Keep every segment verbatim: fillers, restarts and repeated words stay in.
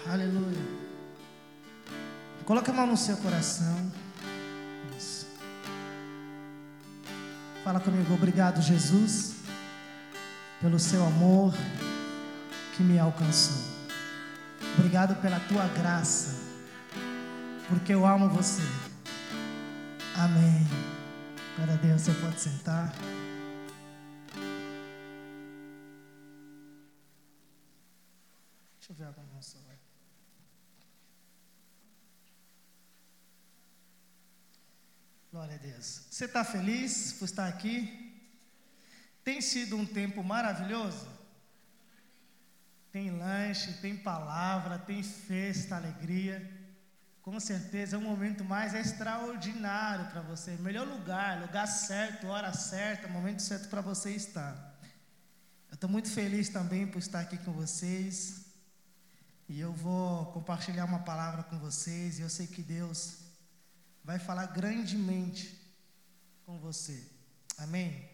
Aleluia. Coloque a mão no seu coração. Isso. Fala comigo. Obrigado, Jesus, pelo seu amor que me alcançou. Obrigado pela tua graça, porque eu amo você. Amém. Glória a Deus. Você pode sentar. Deixa eu ver a mão só. Glória a Deus. Você está feliz por estar aqui? Tem sido um tempo maravilhoso? Tem lanche, tem palavra, tem festa, alegria. Com certeza é um momento mais extraordinário para você. Melhor lugar, lugar certo, hora certa, momento certo para você estar. Eu estou muito feliz também por estar aqui com vocês. E eu vou compartilhar uma palavra com vocês. E eu sei que Deus vai falar grandemente com você. Amém?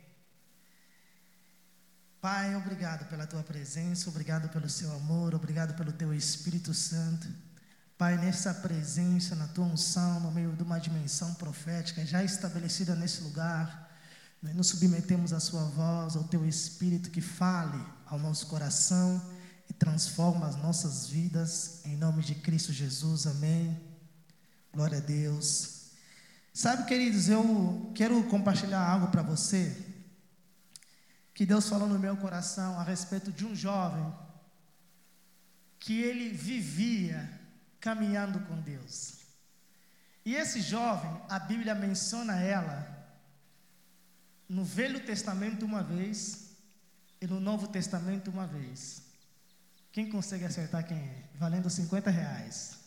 Pai, obrigado pela tua presença, obrigado pelo seu amor, obrigado pelo teu Espírito Santo. Pai, nessa presença, na tua unção, no meio de uma dimensão profética já estabelecida nesse lugar, nós nos submetemos à sua voz, ao teu Espírito que fale ao nosso coração e transforma as nossas vidas, em nome de Cristo Jesus. Amém. Glória a Deus. Sabe, queridos, eu quero compartilhar algo para você, que Deus falou no meu coração a respeito de um jovem, que ele vivia caminhando com Deus. E esse jovem, a Bíblia menciona ela, no Velho Testamento uma vez, e no Novo Testamento uma vez. Quem consegue acertar quem é? Valendo cinquenta reais.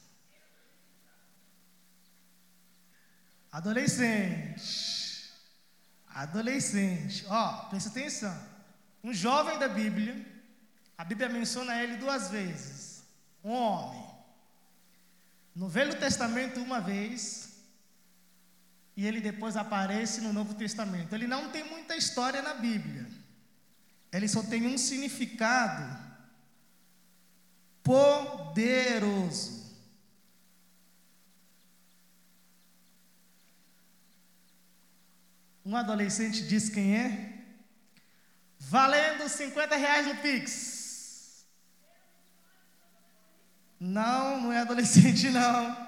Adolescente, adolescente, ó, presta atenção, um jovem da Bíblia, a Bíblia menciona ele duas vezes, um homem, no Velho Testamento uma vez, e ele depois aparece no Novo Testamento. Ele não tem muita história na Bíblia, ele só tem um significado poderoso. Um adolescente diz quem é? Valendo cinquenta reais no Pix. Não, não é adolescente não.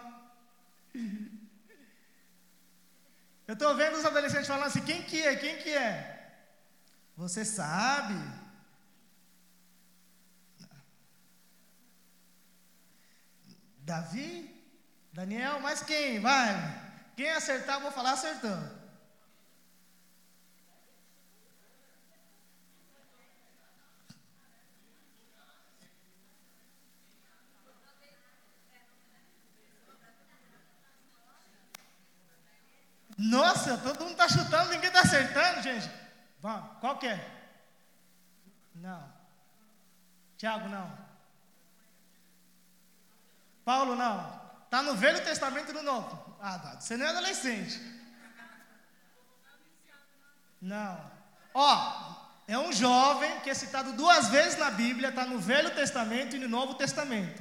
Eu estou vendo os adolescentes falando assim, quem que é, quem que é? Você sabe? Davi? Daniel? Mas quem? Vai. Quem acertar, eu vou falar acertou. Nossa, todo mundo está chutando, ninguém está acertando, gente. Vamos, qual que é? Não. Tiago, não. Paulo, não. Está no Velho Testamento e no Novo. Ah, Dado, você não é adolescente. Não. Ó, é um jovem que é citado duas vezes na Bíblia, está no Velho Testamento e no Novo Testamento.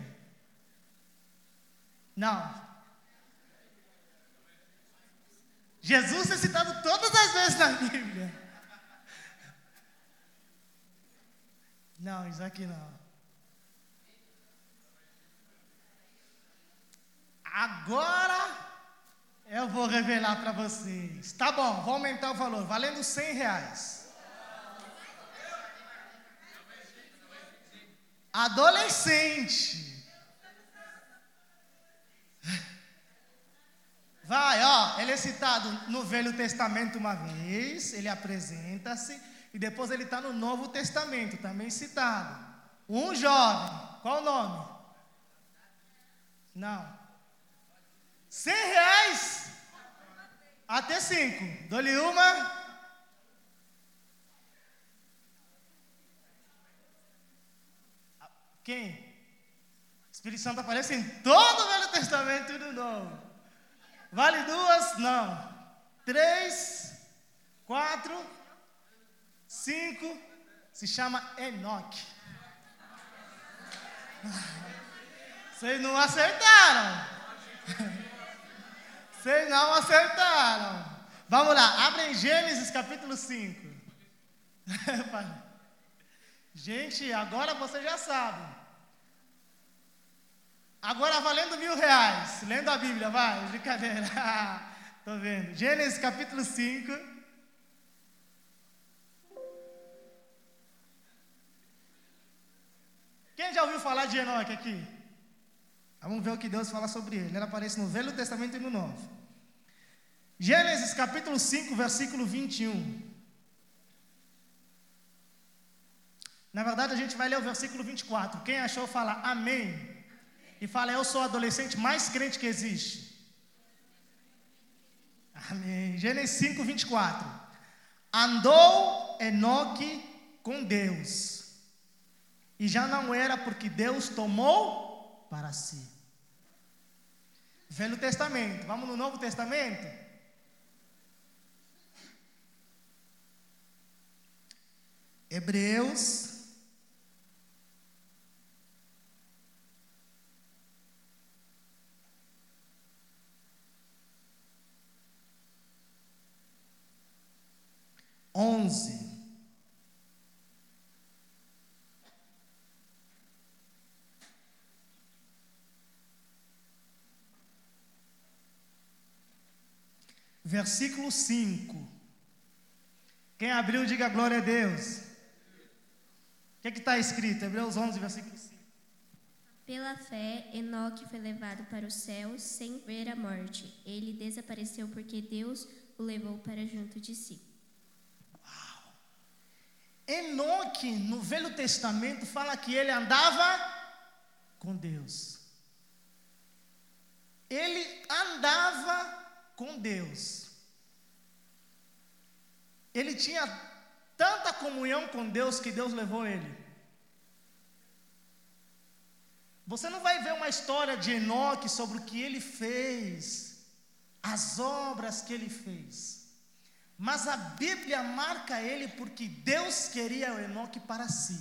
Não. Jesus é citado todas as vezes na Bíblia. Não, isso aqui não. Agora eu vou revelar para vocês. Tá bom, vou aumentar o valor, valendo cem reais. Adolescente. Vai, ó, ele é citado no Velho Testamento uma vez, ele apresenta-se, e depois ele está no Novo Testamento, também citado. Um jovem, qual o nome? Não. Cem reais? Até cinco. Dou-lhe uma. Quem? O Espírito Santo aparece em todo o Velho Testamento e no Novo. Vale duas? Não. Três, quatro, cinco. Se chama Enoque. Vocês não acertaram. Vocês não acertaram. Vamos lá, abre em Gênesis capítulo cinco. Gente, agora você já sabe. Agora valendo mil reais. Lendo a Bíblia, vai, brincadeira. Tô vendo. Gênesis capítulo cinco. Quem já ouviu falar de Enoque aqui? Vamos ver o que Deus fala sobre ele. Ele aparece no Velho Testamento e no Novo. Gênesis capítulo cinco, versículo vinte e um. Na verdade, a gente vai ler o versículo vinte e quatro. Quem achou, fala amém. E fala, eu sou o adolescente mais crente que existe. Amém. Gênesis cinco, vinte e quatro. Andou Enoque com Deus, e já não era porque Deus tomou para si. Velho Testamento. Vamos no Novo Testamento? Hebreus onze. Versículo cinco. Quem abriu, diga glória a Deus. O que está escrito? Hebreus onze, versículo cinco. Pela fé, Enoque foi levado para os céus sem ver a morte. Ele desapareceu porque Deus o levou para junto de si. Uau! Enoque, no Velho Testamento, fala que ele andava com Deus. Ele andava com Deus. Ele tinha tanta comunhão com Deus que Deus levou ele. Você não vai ver uma história de Enoque sobre o que ele fez, as obras que ele fez, mas a Bíblia marca ele porque Deus queria o Enoque para si.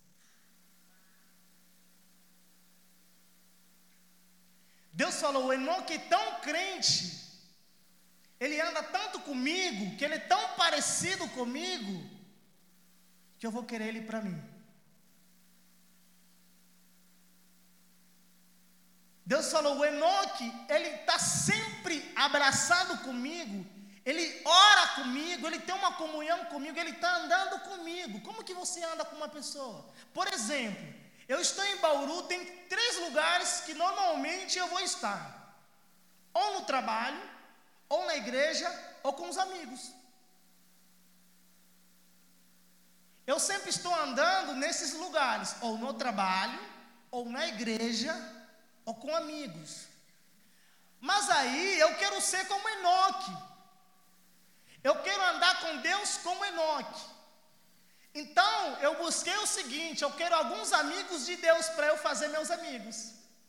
Deus falou, o Enoque é tão crente, ele anda tanto comigo, que ele é tão parecido comigo, que eu vou querer ele para mim. Deus falou, o Enoque, ele está sempre abraçado comigo, ele ora comigo, ele tem uma comunhão comigo, ele está andando comigo. Como que você anda com uma pessoa? Por exemplo, eu estou em Bauru, tem três lugares que normalmente eu vou estar. Ou no trabalho, ou na igreja, ou com os amigos. Eu sempre estou andando nesses lugares, ou no trabalho, ou na igreja, ou com amigos. Mas aí eu quero ser como Enoque. Eu quero andar com Deus como Enoque. Então eu busquei o seguinte, eu quero alguns amigos de Deus para eu fazer meus amigos.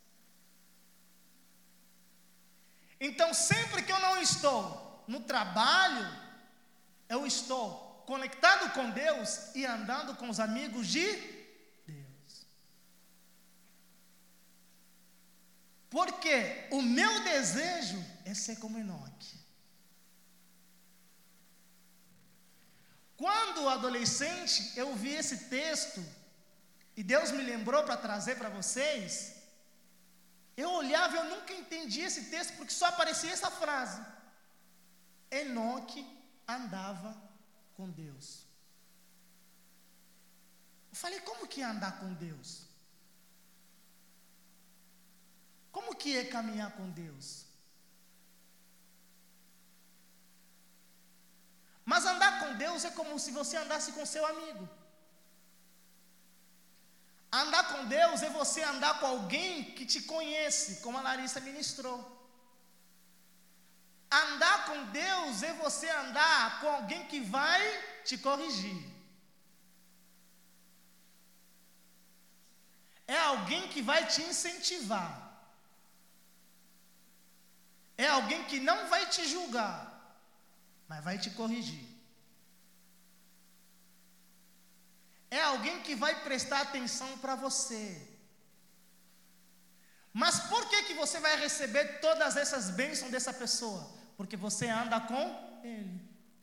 Então sempre que eu não estou no trabalho, eu estou conectado com Deus e andando com os amigos de Deus. Porque o meu desejo é ser como Enoque. Quando adolescente, eu vi esse texto, e Deus me lembrou para trazer para vocês, eu olhava e eu nunca entendi esse texto, porque só aparecia essa frase. Enoque andava com Deus. Eu falei, como que é andar com Deus? Como que é caminhar com Deus? Mas andar com Deus é como se você andasse com seu amigo. Andar com Deus é você andar com alguém que te conhece, como a Larissa ministrou. Andar com Deus é você andar com alguém que vai te corrigir. É alguém que vai te incentivar. É alguém que não vai te julgar, mas vai te corrigir. É alguém que vai prestar atenção para você. Mas por que que você vai receber todas essas bênçãos dessa pessoa? Porque você anda com ele.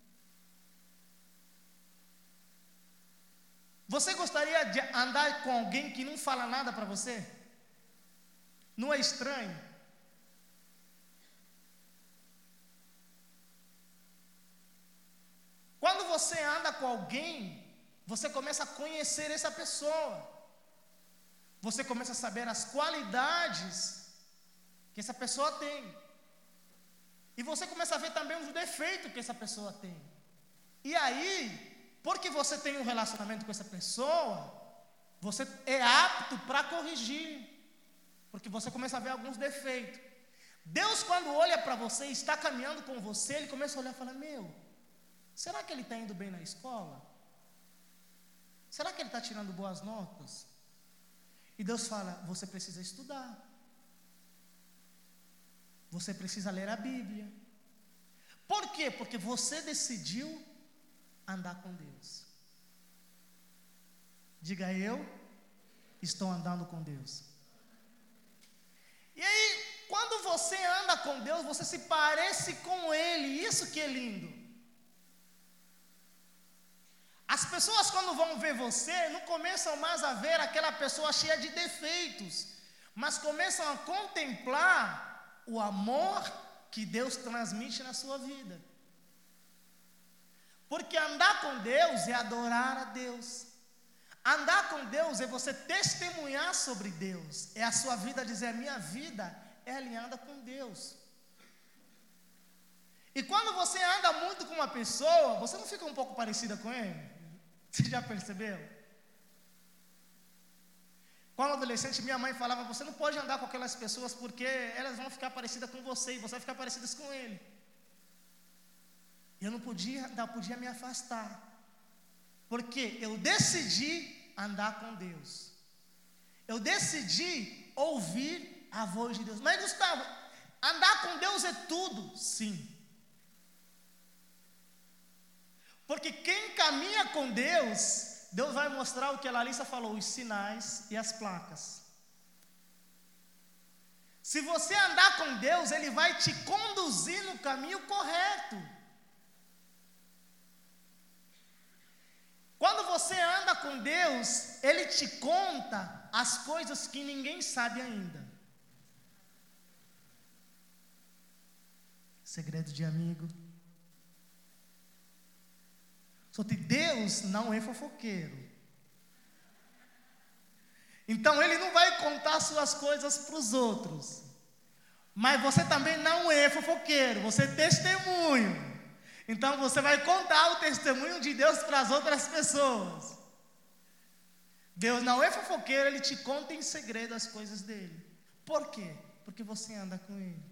Você gostaria de andar com alguém que não fala nada para você? Não é estranho? Quando você anda com alguém, você começa a conhecer essa pessoa. Você começa a saber as qualidades que essa pessoa tem. E você começa a ver também os defeitos que essa pessoa tem. E aí, porque você tem um relacionamento com essa pessoa, você é apto para corrigir. Porque você começa a ver alguns defeitos. Deus, quando olha para você e está caminhando com você, Ele começa a olhar e fala: meu, será que ele está indo bem na escola? Será que ele está tirando boas notas? E Deus fala: você precisa estudar. Você precisa ler a Bíblia. Por quê? Porque você decidiu andar com Deus. Diga: eu estou andando com Deus. E aí, quando você anda com Deus, você se parece com Ele. Isso que é lindo. As pessoas, quando vão ver você, não começam mais a ver aquela pessoa cheia de defeitos, mas começam a contemplar o amor que Deus transmite na sua vida. Porque andar com Deus é adorar a Deus. Andar com Deus é você testemunhar sobre Deus. É a sua vida dizer: a minha vida é alinhada com Deus. E quando você anda muito com uma pessoa, você não fica um pouco parecida com ele? Você já percebeu? Quando adolescente, minha mãe falava: você não pode andar com aquelas pessoas porque elas vão ficar parecidas com você e você vai ficar parecida com ele. Eu não podia andar, podia me afastar. Porque eu decidi andar com Deus. Eu decidi ouvir a voz de Deus. Mas Gustavo, andar com Deus é tudo? Sim. Porque quem caminha com Deus, Deus vai mostrar o que a Larissa falou, os sinais e as placas. Se você andar com Deus, Ele vai te conduzir no caminho correto. Quando você anda com Deus, Ele te conta as coisas que ninguém sabe ainda. Segredo de amigo. Só que Deus não é fofoqueiro. Então Ele não vai contar suas coisas para os outros. Mas você também não é fofoqueiro, você é testemunho. Então você vai contar o testemunho de Deus para as outras pessoas. Deus não é fofoqueiro, Ele te conta em segredo as coisas dele. Por quê? Porque você anda com Ele.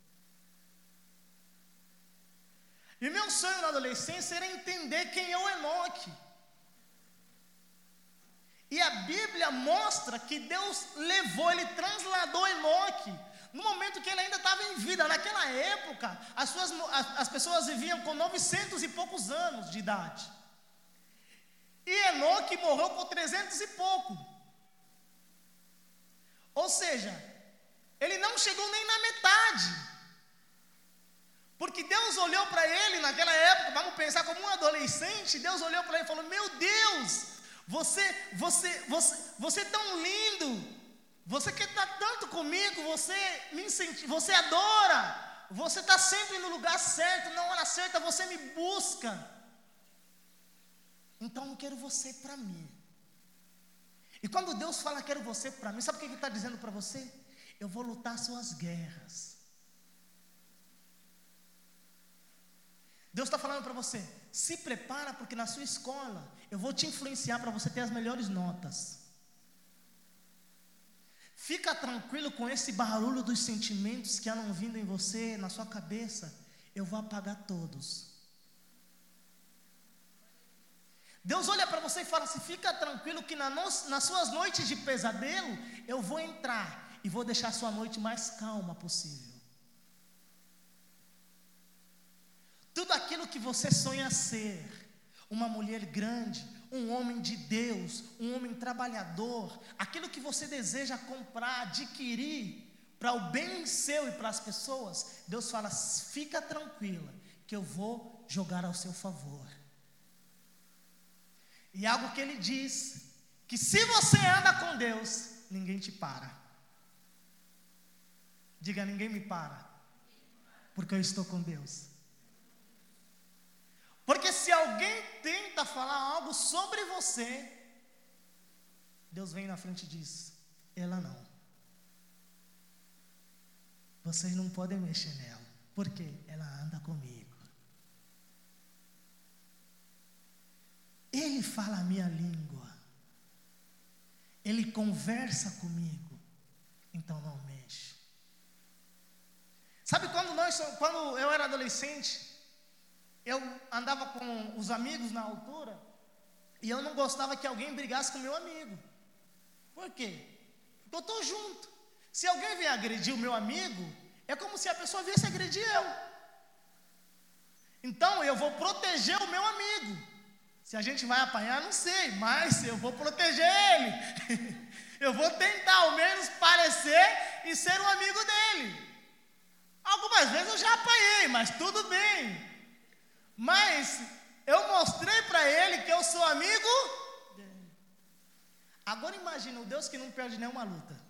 E meu sonho na adolescência era entender quem é o Enoque. E a Bíblia mostra que Deus levou, Ele trasladou Enoque no momento que ele ainda estava em vida. Naquela época, as, suas, as, as pessoas viviam com novecentos e poucos anos de idade. E Enoque morreu com trezentos e pouco. Ou seja, ele não chegou nem na metade. Porque Deus olhou para ele naquela época, vamos pensar como um adolescente, Deus olhou para ele e falou: meu Deus, você, você, você, você é tão lindo. Você que está tanto comigo, você me incentiva, você adora, você está sempre no lugar certo, na hora certa, você me busca. Então eu quero você para mim. E quando Deus fala quero você para mim, sabe o que Ele está dizendo para você? Eu vou lutar suas guerras. Deus está falando para você: se prepara, porque na sua escola eu vou te influenciar para você ter as melhores notas. Fica tranquilo com esse barulho dos sentimentos que andam vindo em você, na sua cabeça. Eu vou apagar todos. Deus olha para você e fala assim: fica tranquilo que na no, nas suas noites de pesadelo, eu vou entrar e vou deixar a sua noite mais calma possível. Tudo aquilo que você sonha ser, uma mulher grande, um homem de Deus, um homem trabalhador, aquilo que você deseja comprar, adquirir, para o bem seu e para as pessoas, Deus fala, fica tranquila, que eu vou jogar ao seu favor. E algo que ele diz, que se você anda com Deus, ninguém te para. Diga, ninguém me para, porque eu estou com Deus. Porque se alguém tenta falar algo sobre você, Deus vem na frente e diz, ela não. Vocês não podem mexer nela, porque ela anda comigo. Ele fala a minha língua. Ele conversa comigo. Então não mexe. Sabe quando nós, quando eu era adolescente, eu andava com os amigos na altura, e eu não gostava que alguém brigasse com meu amigo. Por quê? Porque eu estou junto. Se alguém vier agredir o meu amigo, é como se a pessoa viesse agredir eu. Então eu vou proteger o meu amigo. Se a gente vai apanhar, não sei, mas eu vou proteger ele. Eu vou tentar ao menos parecer e ser um amigo dele. Algumas vezes eu já apanhei, mas tudo bem. Mas eu mostrei para ele que eu sou amigo dele. Agora imagina o Deus que não perde nenhuma luta.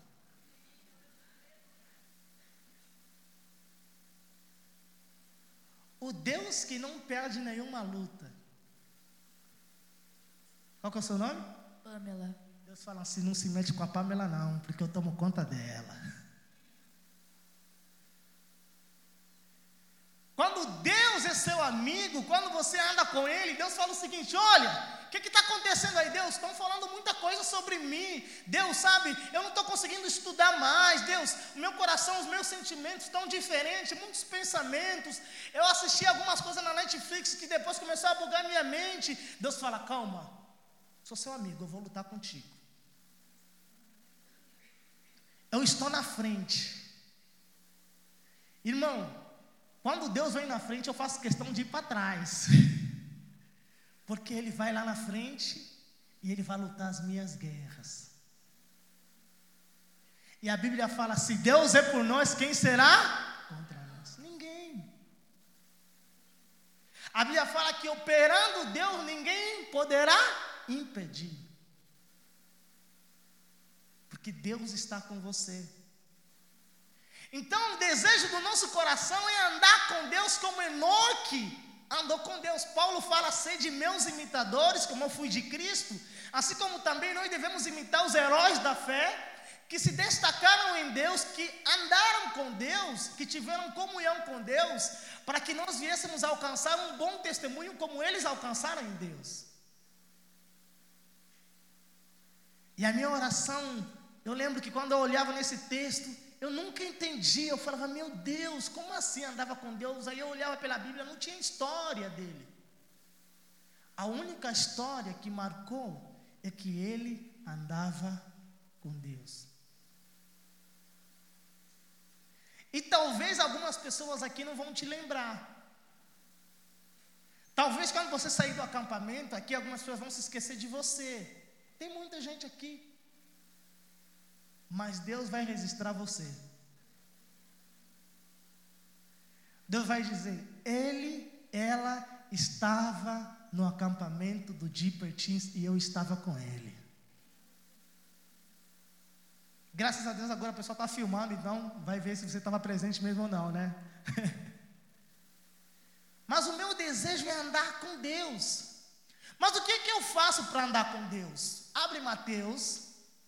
O Deus que não perde nenhuma luta. Qual que é o seu nome? Pamela. Deus fala assim, não se mete com a Pamela não, porque eu tomo conta dela. Quando Deus é seu amigo, quando você anda com Ele, Deus fala o seguinte, olha, o que está acontecendo aí, Deus? Estão falando muita coisa sobre mim. Deus, sabe, eu não estou conseguindo estudar mais. Deus, o meu coração, os meus sentimentos estão diferentes, muitos pensamentos. Eu assisti algumas coisas na Netflix que depois começou a bugar minha mente. Deus fala, calma, sou seu amigo, eu vou lutar contigo. Eu estou na frente. Irmão, quando Deus vem na frente, eu faço questão de ir para trás. Porque Ele vai lá na frente e Ele vai lutar as minhas guerras. E a Bíblia fala, se Deus é por nós, quem será contra nós? Ninguém. A Bíblia fala que operando Deus, ninguém poderá impedir. Porque Deus está com você. Então o desejo do nosso coração é andar com Deus como Enoque andou com Deus. Paulo fala, sede meus imitadores, como eu fui de Cristo, assim como também nós devemos imitar os heróis da fé, que se destacaram em Deus, que andaram com Deus, que tiveram comunhão com Deus, para que nós viéssemos alcançar um bom testemunho como eles alcançaram em Deus. E a minha oração, eu lembro que quando eu olhava nesse texto, eu nunca entendi, eu falava, meu Deus, como assim andava com Deus? Aí eu olhava pela Bíblia, não tinha história dele. A única história que marcou é que ele andava com Deus. E talvez algumas pessoas aqui não vão te lembrar. Talvez quando você sair do acampamento, aqui algumas pessoas vão se esquecer de você. Tem muita gente aqui. Mas Deus vai registrar você. Deus vai dizer, ele, ela estava no acampamento do Deeper Teens e eu estava com ele. Graças a Deus agora o pessoal está filmando, então vai ver se você estava presente mesmo ou não, né? Mas o meu desejo é andar com Deus. Mas o que, que eu faço para andar com Deus? Abre Mateus.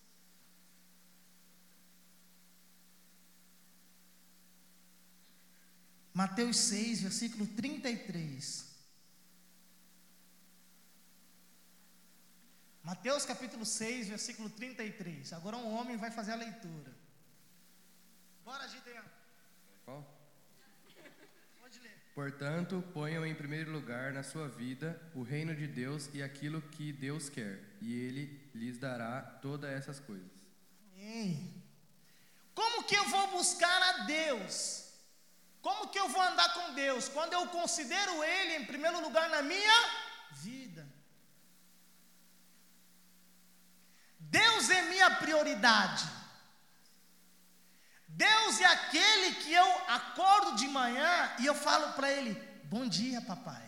Mateus seis, versículo trinta e três. Mateus capítulo seis, versículo trinta e três. Agora um homem vai fazer a leitura. Bora, Gideon. Qual? Pode ler. Portanto, ponham em primeiro lugar na sua vida o reino de Deus e aquilo que Deus quer, e Ele lhes dará todas essas coisas. Amém. Como que eu vou buscar a Deus? Como que eu vou andar com Deus? Quando eu considero Ele em primeiro lugar na minha vida. Deus é minha prioridade. Deus é aquele que eu acordo de manhã e eu falo para ele: bom dia, papai.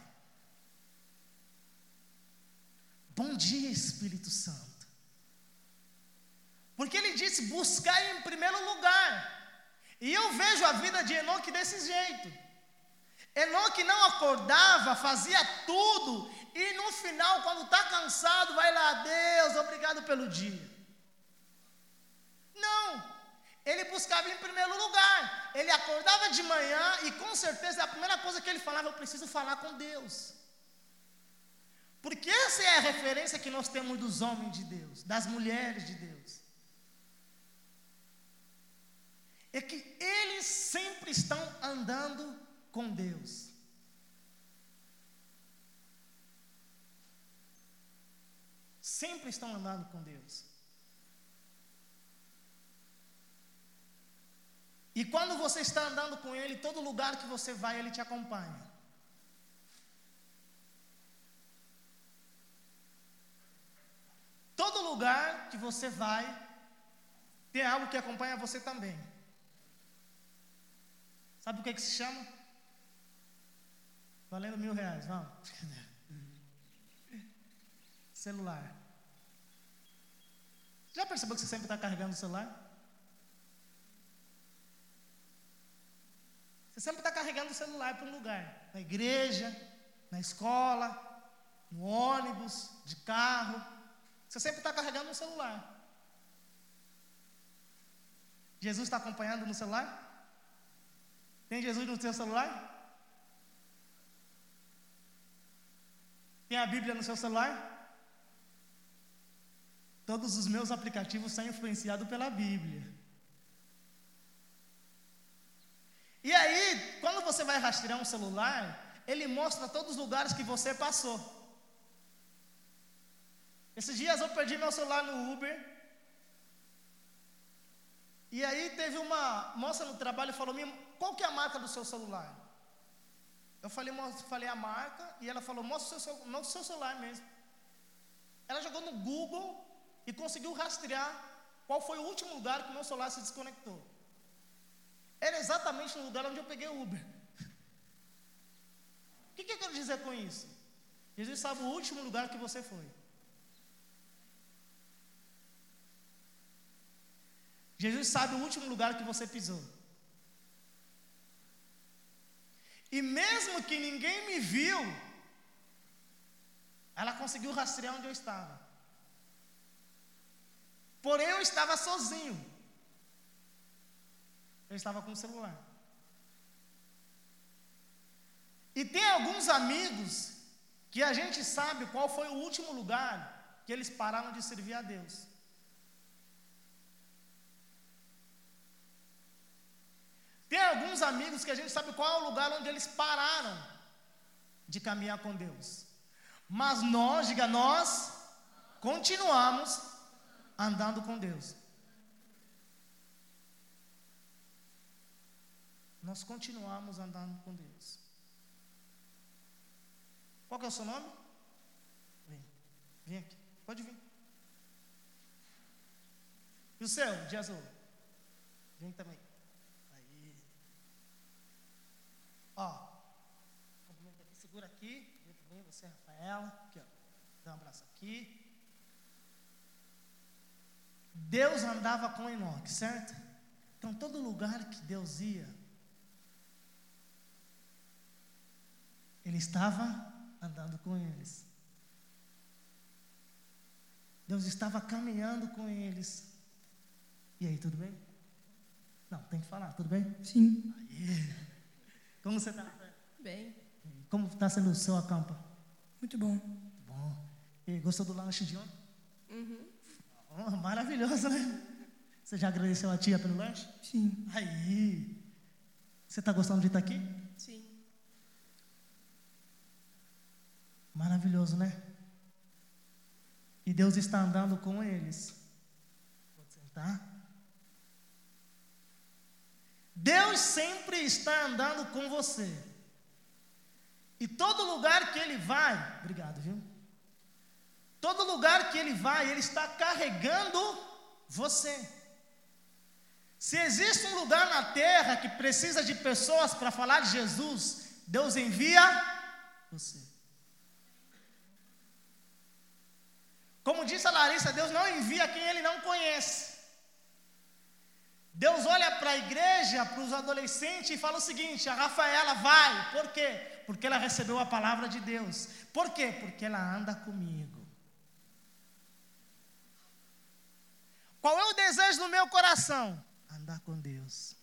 Bom dia, Espírito Santo. Porque ele disse: buscar em primeiro lugar. E eu vejo a vida de Enoque desse jeito. Enoque não acordava, fazia tudo, e no final, quando está cansado, vai lá: Deus, obrigado pelo dia. Não, ele buscava em primeiro lugar. Ele acordava de manhã e com certeza a primeira coisa que ele falava: eu preciso falar com Deus. Porque essa é a referência que nós temos dos homens de Deus, das mulheres de Deus. É que eles sempre estão andando com Deus. Sempre estão andando com Deus. E quando você está andando com Ele, todo lugar que você vai, Ele te acompanha. Todo lugar que você vai, tem algo que acompanha você também. Sabe o que, é que se chama? Valendo mil reais, vamos. Celular. Já percebeu que você sempre está carregando o celular? Você sempre está carregando o celular para um lugar. Na igreja, na escola, no ônibus, de carro. Você sempre está carregando um celular. Jesus está acompanhando no celular? Tem Jesus no seu celular? Tem a Bíblia no seu celular? Todos os meus aplicativos são influenciados pela Bíblia. E aí, quando você vai rastrear um celular, ele mostra todos os lugares que você passou. Esses dias eu perdi meu celular no Uber. E aí teve uma moça no trabalho e falou: qual que é a marca do seu celular? Eu falei, falei a marca, e ela falou: mostra o seu, mostra o seu celular mesmo. Ela jogou no Google e conseguiu rastrear qual foi o último lugar que o meu celular se desconectou. Era exatamente no lugar onde eu peguei o Uber. O que, que eu quero dizer com isso? Jesus sabe o último lugar que você foi. Jesus sabe o último lugar que você pisou. E mesmo que ninguém me viu, ela conseguiu rastrear onde eu estava. Porém, eu estava sozinho. Eu estava com o celular. E tem alguns amigos que a gente sabe qual foi o último lugar que eles pararam de servir a Deus. Tem alguns amigos que a gente sabe qual é o lugar onde eles pararam de caminhar com Deus. Mas nós, diga, nós continuamos andando com Deus. Nós continuamos andando com Deus. Qual que é o seu nome? Vem, vem aqui, pode vir. E o seu, de azul? Vem também. Aí. Ó, cumprimenta aqui, segura aqui. Vem também, você, Rafaela. Aqui, ó. Dá um abraço aqui. Deus andava com Enoque, certo? Então, todo lugar que Deus ia, Ele estava andando com eles. Deus estava caminhando com eles. E aí, tudo bem? Não, tem que falar, tudo bem? Sim. Aí. Como você está? Bem. Como está sendo o seu acampa? Muito bom. Muito bom. E gostou do lanche de ontem? Uhum. Oh, maravilhoso, né? Você já agradeceu a tia pelo lanche? Sim. Aí. Você está gostando de estar aqui? Sim. Maravilhoso, né? E Deus está andando com eles. Pode sentar. Deus sempre está andando com você. E todo lugar que Ele vai, obrigado, viu? Todo lugar que Ele vai, Ele está carregando você. Se existe um lugar na terra que precisa de pessoas para falar de Jesus, Deus envia você. Como disse a Larissa, Deus não envia quem Ele não conhece. Deus olha para a igreja, para os adolescentes e fala o seguinte: a Rafaela vai. Por quê? Porque ela recebeu a palavra de Deus. Por quê? Porque ela anda comigo. Qual é o desejo do meu coração? Andar com Deus.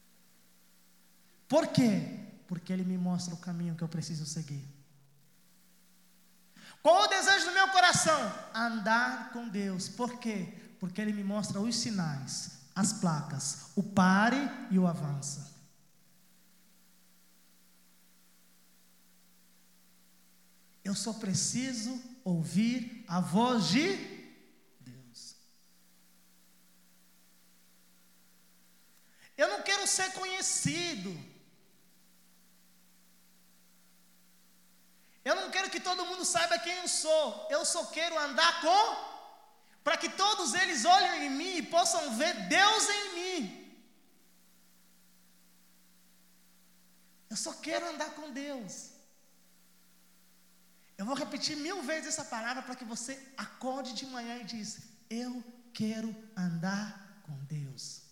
Por quê? Porque Ele me mostra o caminho que eu preciso seguir. Qual é o desejo do meu coração? Andar com Deus. Por quê? Porque Ele me mostra os sinais, as placas, o pare e o avança. Eu só preciso ouvir a voz de Deus. Eu não quero ser conhecido. Eu não quero que todo mundo saiba quem eu sou. Eu só quero andar com, para que todos eles olhem em mim e possam ver Deus em mim. Eu só quero andar com Deus. Eu vou repetir mil vezes essa palavra para que você acorde de manhã e diz: eu quero andar com Deus.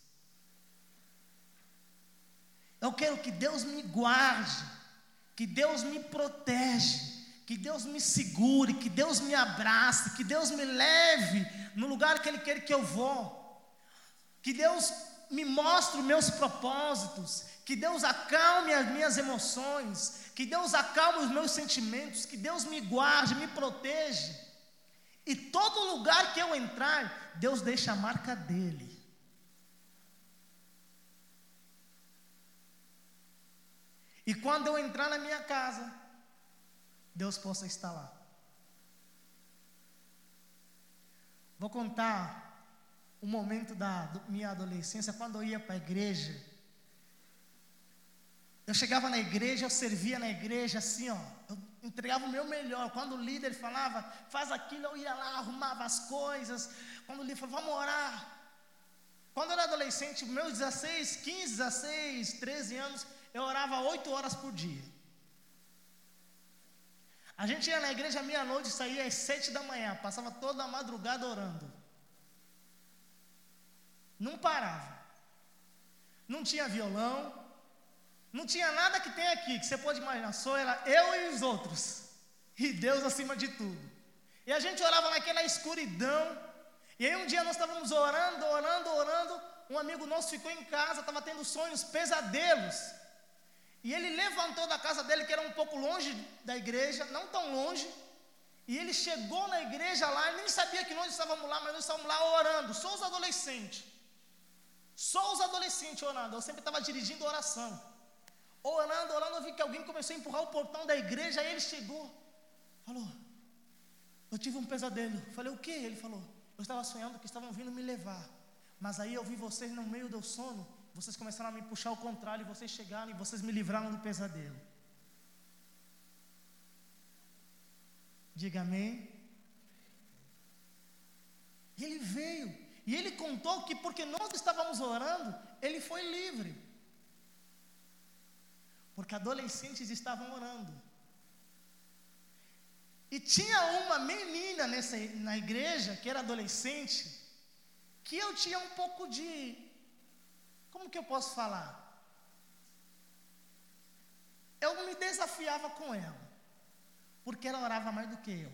Eu quero que Deus me guarde, que Deus me protege, que Deus me segure, que Deus me abrace, que Deus me leve no lugar que Ele quer que eu vou, que Deus me mostre os meus propósitos, que Deus acalme as minhas emoções, que Deus acalme os meus sentimentos, que Deus me guarde, me proteja. E todo lugar que eu entrar, Deus deixa a marca dEle. E quando eu entrar na minha casa, Deus possa estar lá. Vou contar um momento da, da minha adolescência, quando eu ia para a igreja. Eu chegava na igreja, eu servia na igreja assim, ó, eu entregava o meu melhor. Quando o líder falava, faz aquilo, eu ia lá, arrumava as coisas. Quando o líder falava, vamos orar. Quando eu era adolescente, meus dezesseis, quinze, dezesseis, treze anos, eu orava oito horas por dia. A gente ia na igreja meia-noite, saía às sete da manhã, passava toda a madrugada orando. Não parava. Não tinha violão. Não tinha nada que tem aqui, que você pode imaginar, só era eu e os outros, e Deus acima de tudo. E a gente orava naquela escuridão, e aí um dia nós estávamos orando, orando, orando, um amigo nosso ficou em casa, estava tendo sonhos, pesadelos, e ele levantou da casa dele, que era um pouco longe da igreja, não tão longe, e ele chegou na igreja lá, ele nem sabia que nós estávamos lá, mas nós estávamos lá orando, só os adolescentes, só os adolescentes orando, eu sempre estava dirigindo a oração. Orando, orando, eu vi que alguém começou a empurrar o portão da igreja. Aí ele chegou, falou, eu tive um pesadelo. Eu falei, o que? Ele falou, eu estava sonhando que estavam vindo me levar, mas aí eu vi vocês no meio do sono, vocês começaram a me puxar ao contrário, e vocês chegaram e vocês me livraram do pesadelo. Diga amém. E ele veio, e ele contou que porque nós estávamos orando, ele foi livre. Porque adolescentes estavam orando. E tinha uma menina nessa, na igreja, que era adolescente, que eu tinha um pouco de, como que eu posso falar? Eu me desafiava com ela, porque ela orava mais do que eu.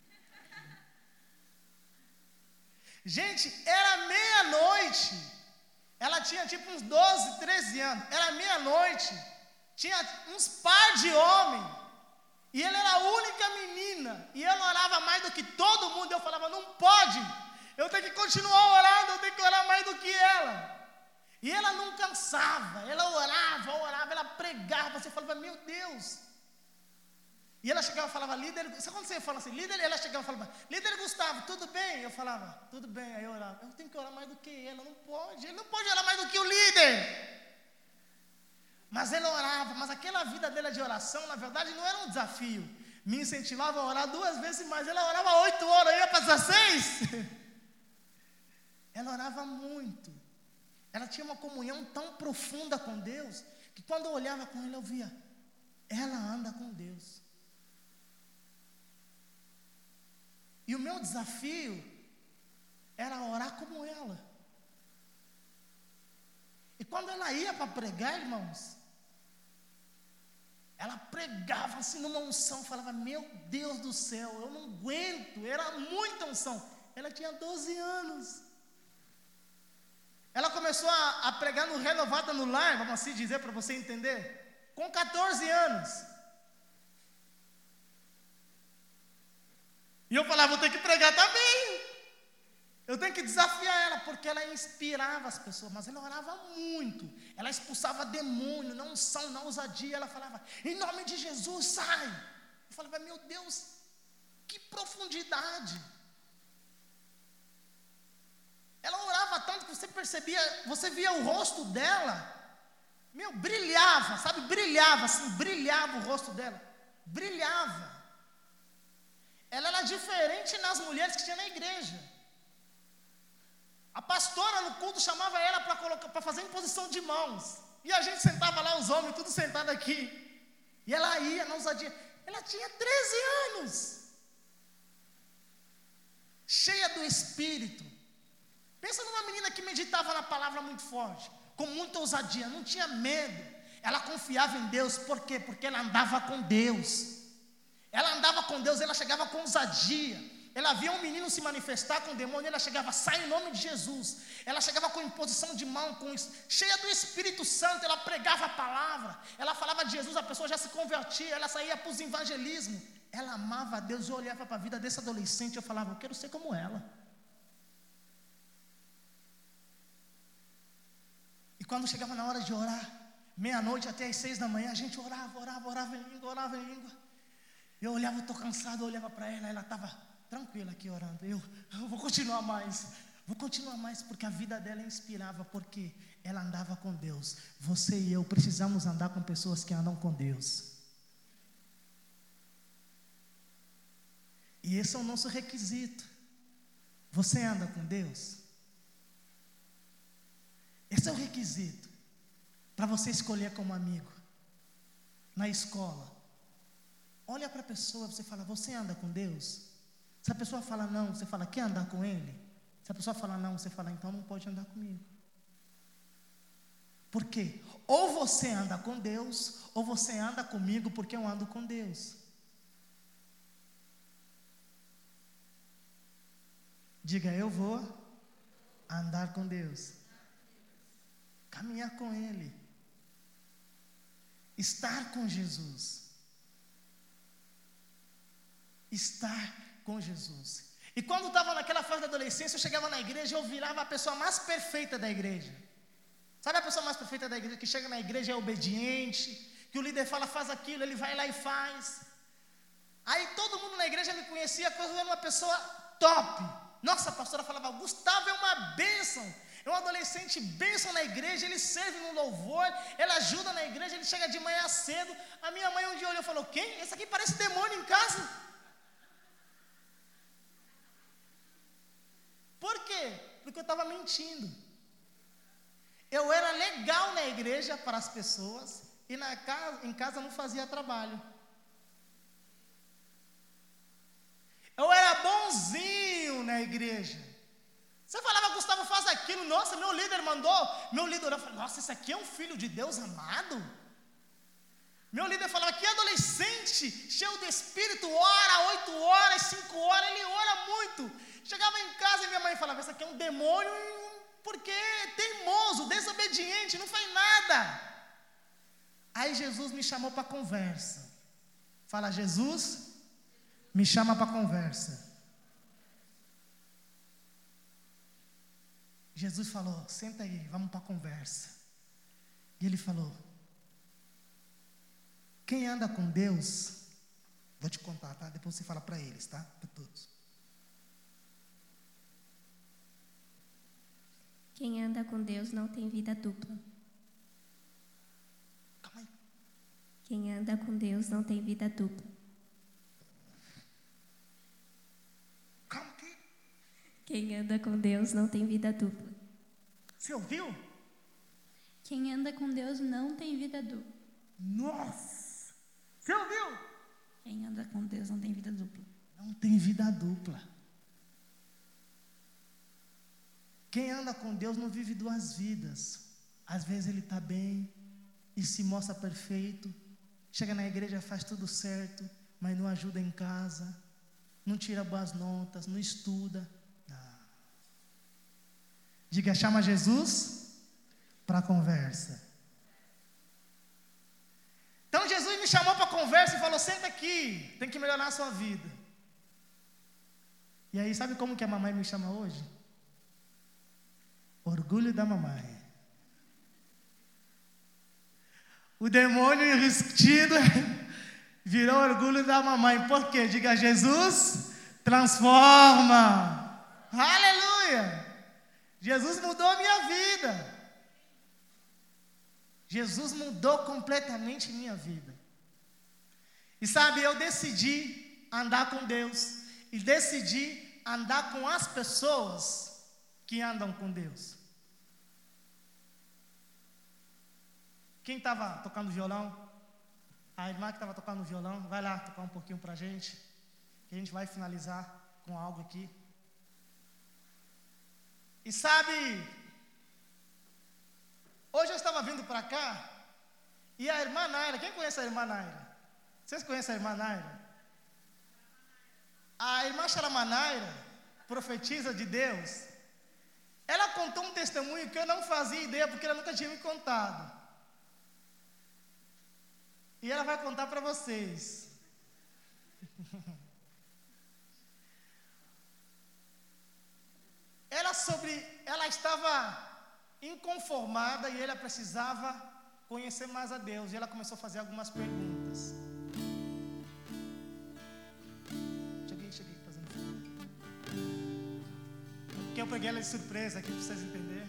Gente, era meia-noite, ela tinha tipo uns doze, treze anos, era meia-noite, tinha uns par de homens, e ela era a única menina, e ela orava mais do que todo mundo. Eu falava, não pode, eu tenho que continuar orando, eu tenho que orar mais do que ela. E ela não cansava, ela orava, orava, ela pregava, você falava, meu Deus. E ela chegava e falava, líder, sabe quando você fala assim, líder, ela chegava e falava, líder Gustavo, tudo bem? Eu falava, tudo bem, aí eu orava, eu tenho que orar mais do que ela, não pode, ele não pode orar mais do que o líder. Mas ele orava, mas aquela vida dela de oração, na verdade, não era um desafio. Me incentivava a orar duas vezes mais. Ela orava oito horas, eu ia para dezesseis. Ela orava muito. Ela tinha uma comunhão tão profunda com Deus, que quando eu olhava com ela, eu via, ela anda com Deus. E o meu desafio era orar como ela. E quando ela ia para pregar, irmãos, ela pregava assim numa unção, falava, meu Deus do céu, eu não aguento, era muita unção. Ela tinha doze anos. Ela começou a, a pregar no Renovada no Lar, vamos assim dizer para você entender, com catorze anos. E eu falava, vou ter que pregar também. Eu tenho que desafiar ela, porque ela inspirava as pessoas, mas ela orava muito. Ela expulsava demônio, na unção, na ousadia. Ela falava, em nome de Jesus, sai. Eu falava, meu Deus, que profundidade. Ela orava tanto que você percebia, você via o rosto dela, meu, brilhava, sabe, brilhava assim, brilhava o rosto dela, brilhava. Ela era diferente nas mulheres que tinha na igreja. A pastora no culto chamava ela para colocar, para fazer imposição de mãos, e a gente sentava lá, os homens, tudo sentado aqui, e ela ia na ousadia. Ela tinha treze anos, cheia do Espírito. Pensa numa menina que meditava na palavra muito forte, com muita ousadia, não tinha medo. Ela confiava em Deus, por quê? Porque ela andava com Deus. Ela andava com Deus, ela chegava com ousadia. Ela via um menino se manifestar com demônio, ela chegava, sai em nome de Jesus. Ela chegava com imposição de mão, com, cheia do Espírito Santo, ela pregava a palavra. Ela falava de Jesus, a pessoa já se convertia, ela saía para os evangelismos. Ela amava a Deus. Eu olhava para a vida desse adolescente, eu falava, eu quero ser como ela. E quando chegava na hora de orar, meia-noite até às seis da manhã, a gente orava, orava, orava em língua, orava em língua. Eu olhava, estou cansado, eu olhava para ela, ela estava tranquila aqui orando. Eu, eu vou continuar mais, vou continuar mais, porque a vida dela inspirava, porque ela andava com Deus. Você e eu precisamos andar com pessoas que andam com Deus. E esse é o nosso requisito. Você anda com Deus? Esse é o requisito para você escolher como amigo. Na escola, olha para a pessoa, você fala, você anda com Deus? Se a pessoa fala não, você fala, quer andar com Ele? Se a pessoa fala não, você fala, então não pode andar comigo. Por quê? Ou você anda com Deus, ou você anda comigo porque eu ando com Deus. Diga, eu vou andar com Deus. Caminhar com Ele. Estar com Jesus. Estar com Jesus. E quando estava naquela fase da adolescência, eu chegava na igreja e eu virava a pessoa mais perfeita da igreja. Sabe a pessoa mais perfeita da igreja, que chega na igreja é obediente, que o líder fala, faz aquilo, ele vai lá e faz. Aí todo mundo na igreja me conhecia, porque eu era uma pessoa top. Nossa, a pastora falava, Gustavo é uma bênção, é um adolescente bênção na igreja, ele serve no louvor, ele ajuda na igreja, ele chega de manhã cedo. A minha mãe um dia olhou e falou, quem? Esse aqui parece demônio em casa. Por quê? Porque eu estava mentindo. Eu era legal na igreja para as pessoas, e na casa, em casa não fazia trabalho. Eu era bonzinho na igreja. Você falava, Gustavo, faz aquilo. Nossa, meu líder mandou. Meu líder orava, nossa, esse aqui é um filho de Deus amado. Meu líder falava, que adolescente, cheio de espírito, ora oito horas, cinco horas, ele ora muito. Chegava em casa e minha mãe falava, esse aqui é um demônio, porque é teimoso, desobediente, não faz nada. Aí Jesus me chamou para conversa. Fala, Jesus me chama para conversa. Jesus falou, senta aí, vamos para conversa. E ele falou, quem anda com Deus, vou te contar, tá? Depois você fala para eles, tá? Para todos. Quem anda com Deus não tem vida dupla. Calma aí. Quem anda com Deus não tem vida dupla. Calma aqui. Quem anda com Deus não tem vida dupla. Você ouviu? Quem anda com Deus não tem vida dupla. Nossa! Você ouviu? Quem anda com Deus não tem vida dupla. Não tem vida dupla. Quem anda com Deus não vive duas vidas. Às vezes ele está bem e se mostra perfeito. Chega na igreja, faz tudo certo, mas não ajuda em casa, não tira boas notas, não estuda. Não. Diga, chama Jesus para conversa. Então Jesus me chamou para conversa e falou, senta aqui, tem que melhorar a sua vida. E aí, sabe como que a mamãe me chama hoje? Orgulho da mamãe. O demônio enristido virou orgulho da mamãe. Por quê? Diga, Jesus transforma. Aleluia! Jesus mudou a minha vida. Jesus mudou completamente minha vida. E sabe, eu decidi andar com Deus. E decidi andar com as pessoas que andam com Deus. Quem estava tocando violão? A irmã que estava tocando violão, vai lá tocar um pouquinho para a gente, que a gente vai finalizar com algo aqui. E sabe, hoje eu estava vindo para cá, e a irmã Naira, quem conhece a irmã Naira? Vocês conhecem a irmã Naira? A irmã Xaramanaira, profetisa de Deus, ela contou um testemunho que eu não fazia ideia, porque ela nunca tinha me contado. E ela vai contar para vocês. Ela, sobre, ela estava inconformada e ela precisava conhecer mais a Deus. E ela começou a fazer algumas perguntas. Cheguei, cheguei fazendo pergunta. Porque eu peguei ela de surpresa aqui para vocês entenderem.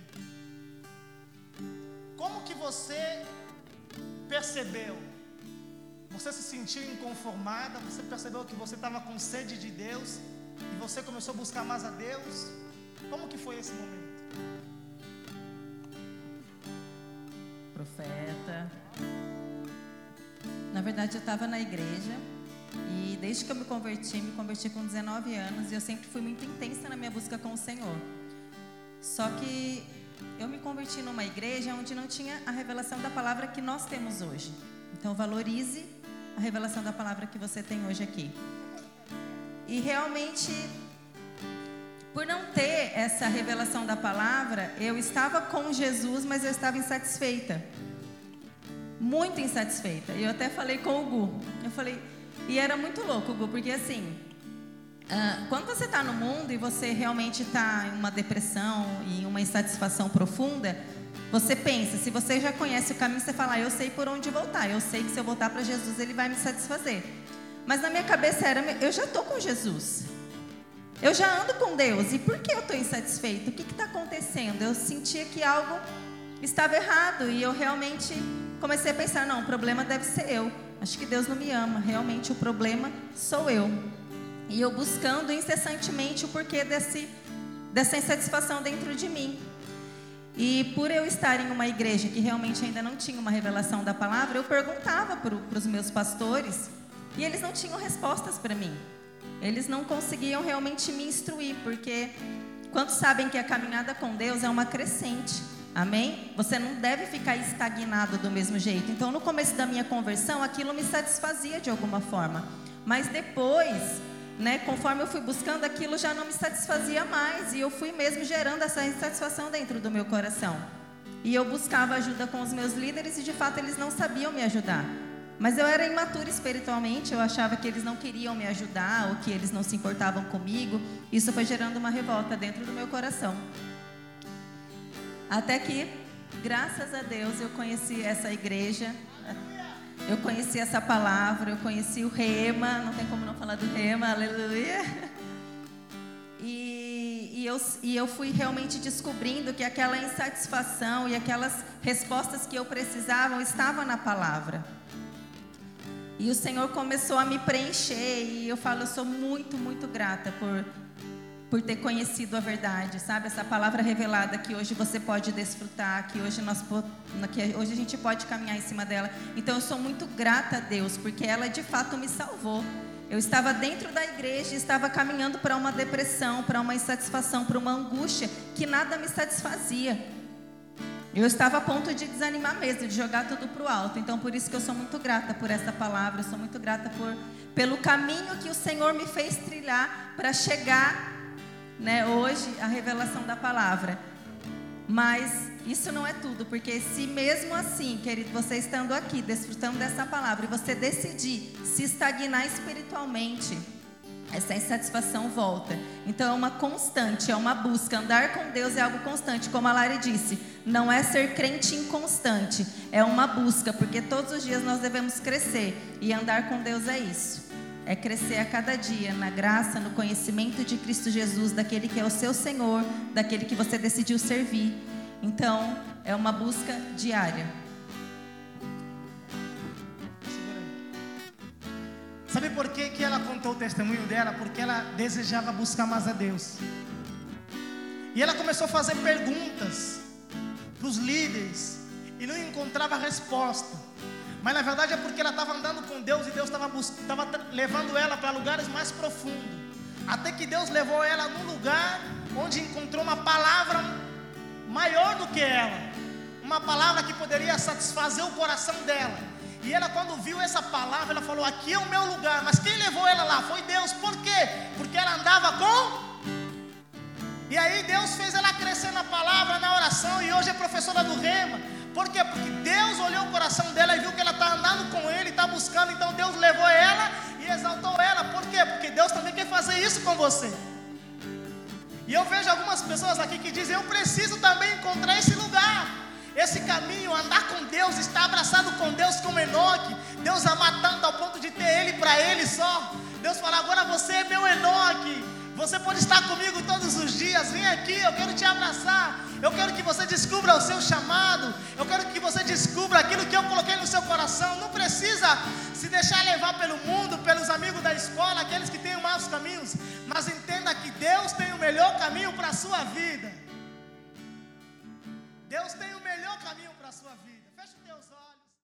Como que você percebeu? Você se sentiu inconformada? Você percebeu que você estava com sede de Deus? E você começou a buscar mais a Deus? Como que foi esse momento? Profeta. Na verdade, eu estava na igreja. E desde que eu me converti, me converti com dezenove anos. E eu sempre fui muito intensa na minha busca com o Senhor. Só que eu me converti numa igreja onde não tinha a revelação da palavra que nós temos hoje. Então valorize a revelação da palavra que você tem hoje aqui. E realmente, por não ter essa revelação da palavra, eu estava com Jesus, mas eu estava insatisfeita. Muito insatisfeita. E eu até falei com o Gu. Eu falei, e era muito louco, Gu, porque assim, uh, quando você está no mundo e você realmente está em uma depressão, em uma insatisfação profunda, você pensa, se você já conhece o caminho, você fala, ah, eu sei por onde voltar, eu sei que se eu voltar para Jesus, Ele vai me satisfazer. Mas na minha cabeça era, eu já estou com Jesus, eu já ando com Deus, e por que eu estou insatisfeita? O que está acontecendo? Eu sentia que algo estava errado, e eu realmente comecei a pensar, não, o problema deve ser eu, acho que Deus não me ama, realmente o problema sou eu. E eu buscando incessantemente o porquê desse, dessa insatisfação dentro de mim. E por eu estar em uma igreja que realmente ainda não tinha uma revelação da palavra, eu perguntava para os meus pastores e eles não tinham respostas para mim. Eles não conseguiam realmente me instruir, porque quantos sabem que a caminhada com Deus é uma crescente, amém? Você não deve ficar estagnado do mesmo jeito. Então no começo da minha conversão aquilo me satisfazia de alguma forma, mas depois, né, conforme eu fui buscando, aquilo já não me satisfazia mais, e eu fui mesmo gerando essa insatisfação dentro do meu coração. E eu buscava ajuda com os meus líderes e de fato eles não sabiam me ajudar. Mas eu era imatura espiritualmente, eu achava que eles não queriam me ajudar, ou que eles não se importavam comigo. Isso foi gerando uma revolta dentro do meu coração. Até que, graças a Deus, eu conheci essa igreja. Eu conheci essa palavra, eu conheci o Rema, não tem como não falar do Rema, aleluia. E, e, eu, e eu fui realmente descobrindo que aquela insatisfação e aquelas respostas que eu precisava estavam na palavra. E o Senhor começou a me preencher, e eu falo, eu sou muito, muito grata por, por ter conhecido a verdade, sabe? Essa palavra revelada que hoje você pode desfrutar, que hoje, nós, que hoje a gente pode caminhar em cima dela. Então eu sou muito grata a Deus, porque ela de fato me salvou. Eu estava dentro da igreja e estava caminhando para uma depressão, para uma insatisfação, para uma angústia que nada me satisfazia. Eu estava a ponto de desanimar mesmo, de jogar tudo para o alto. Então por isso que eu sou muito grata por essa palavra, eu sou muito grata por, pelo caminho que o Senhor me fez trilhar para chegar, né, hoje, a revelação da palavra. Mas isso não é tudo, porque se mesmo assim, querido, você estando aqui, desfrutando dessa palavra, e você decidir se estagnar espiritualmente, essa insatisfação volta. Então é uma constante, é uma busca. Andar com Deus é algo constante, como a Lari disse. Não é ser crente inconstante, é uma busca, porque todos os dias nós devemos crescer. E andar com Deus é isso. É crescer a cada dia na graça, no conhecimento de Cristo Jesus, daquele que é o seu Senhor, daquele que você decidiu servir. Então, é uma busca diária. Sabe por que que ela contou o testemunho dela? Porque ela desejava buscar mais a Deus. E ela começou a fazer perguntas para os líderes e não encontrava resposta. Mas na verdade é porque ela estava andando com Deus e Deus estava levando ela para lugares mais profundos. Até que Deus levou ela num lugar onde encontrou uma palavra maior do que ela. Uma palavra que poderia satisfazer o coração dela. E ela, quando viu essa palavra, ela falou: aqui é o meu lugar. Mas quem levou ela lá? Foi Deus. Por quê? Porque ela andava com... E aí Deus fez ela crescer na palavra, na oração. E hoje é professora do Rema. Por quê? Porque Deus olhou o coração dela e viu que ela está andando com Ele, está buscando. Então Deus levou ela e exaltou ela. Por quê? Porque Deus também quer fazer isso com você. E eu vejo algumas pessoas aqui que dizem: eu preciso também encontrar esse lugar, esse caminho, andar com Deus, estar abraçado com Deus como Enoque. Deus amar tanto ao ponto de ter Ele para Ele só. Deus fala: agora você é meu Enoque, você pode estar comigo todos os dias. Vem aqui, eu quero te abraçar. Eu quero que você descubra o seu chamado. Eu quero que você descubra aquilo que eu coloquei no seu coração. Não precisa se deixar levar pelo mundo, pelos amigos da escola, aqueles que têm maus caminhos. Mas entenda que Deus tem o melhor caminho para a sua vida. Deus tem o melhor caminho para a sua vida. Feche os teus olhos.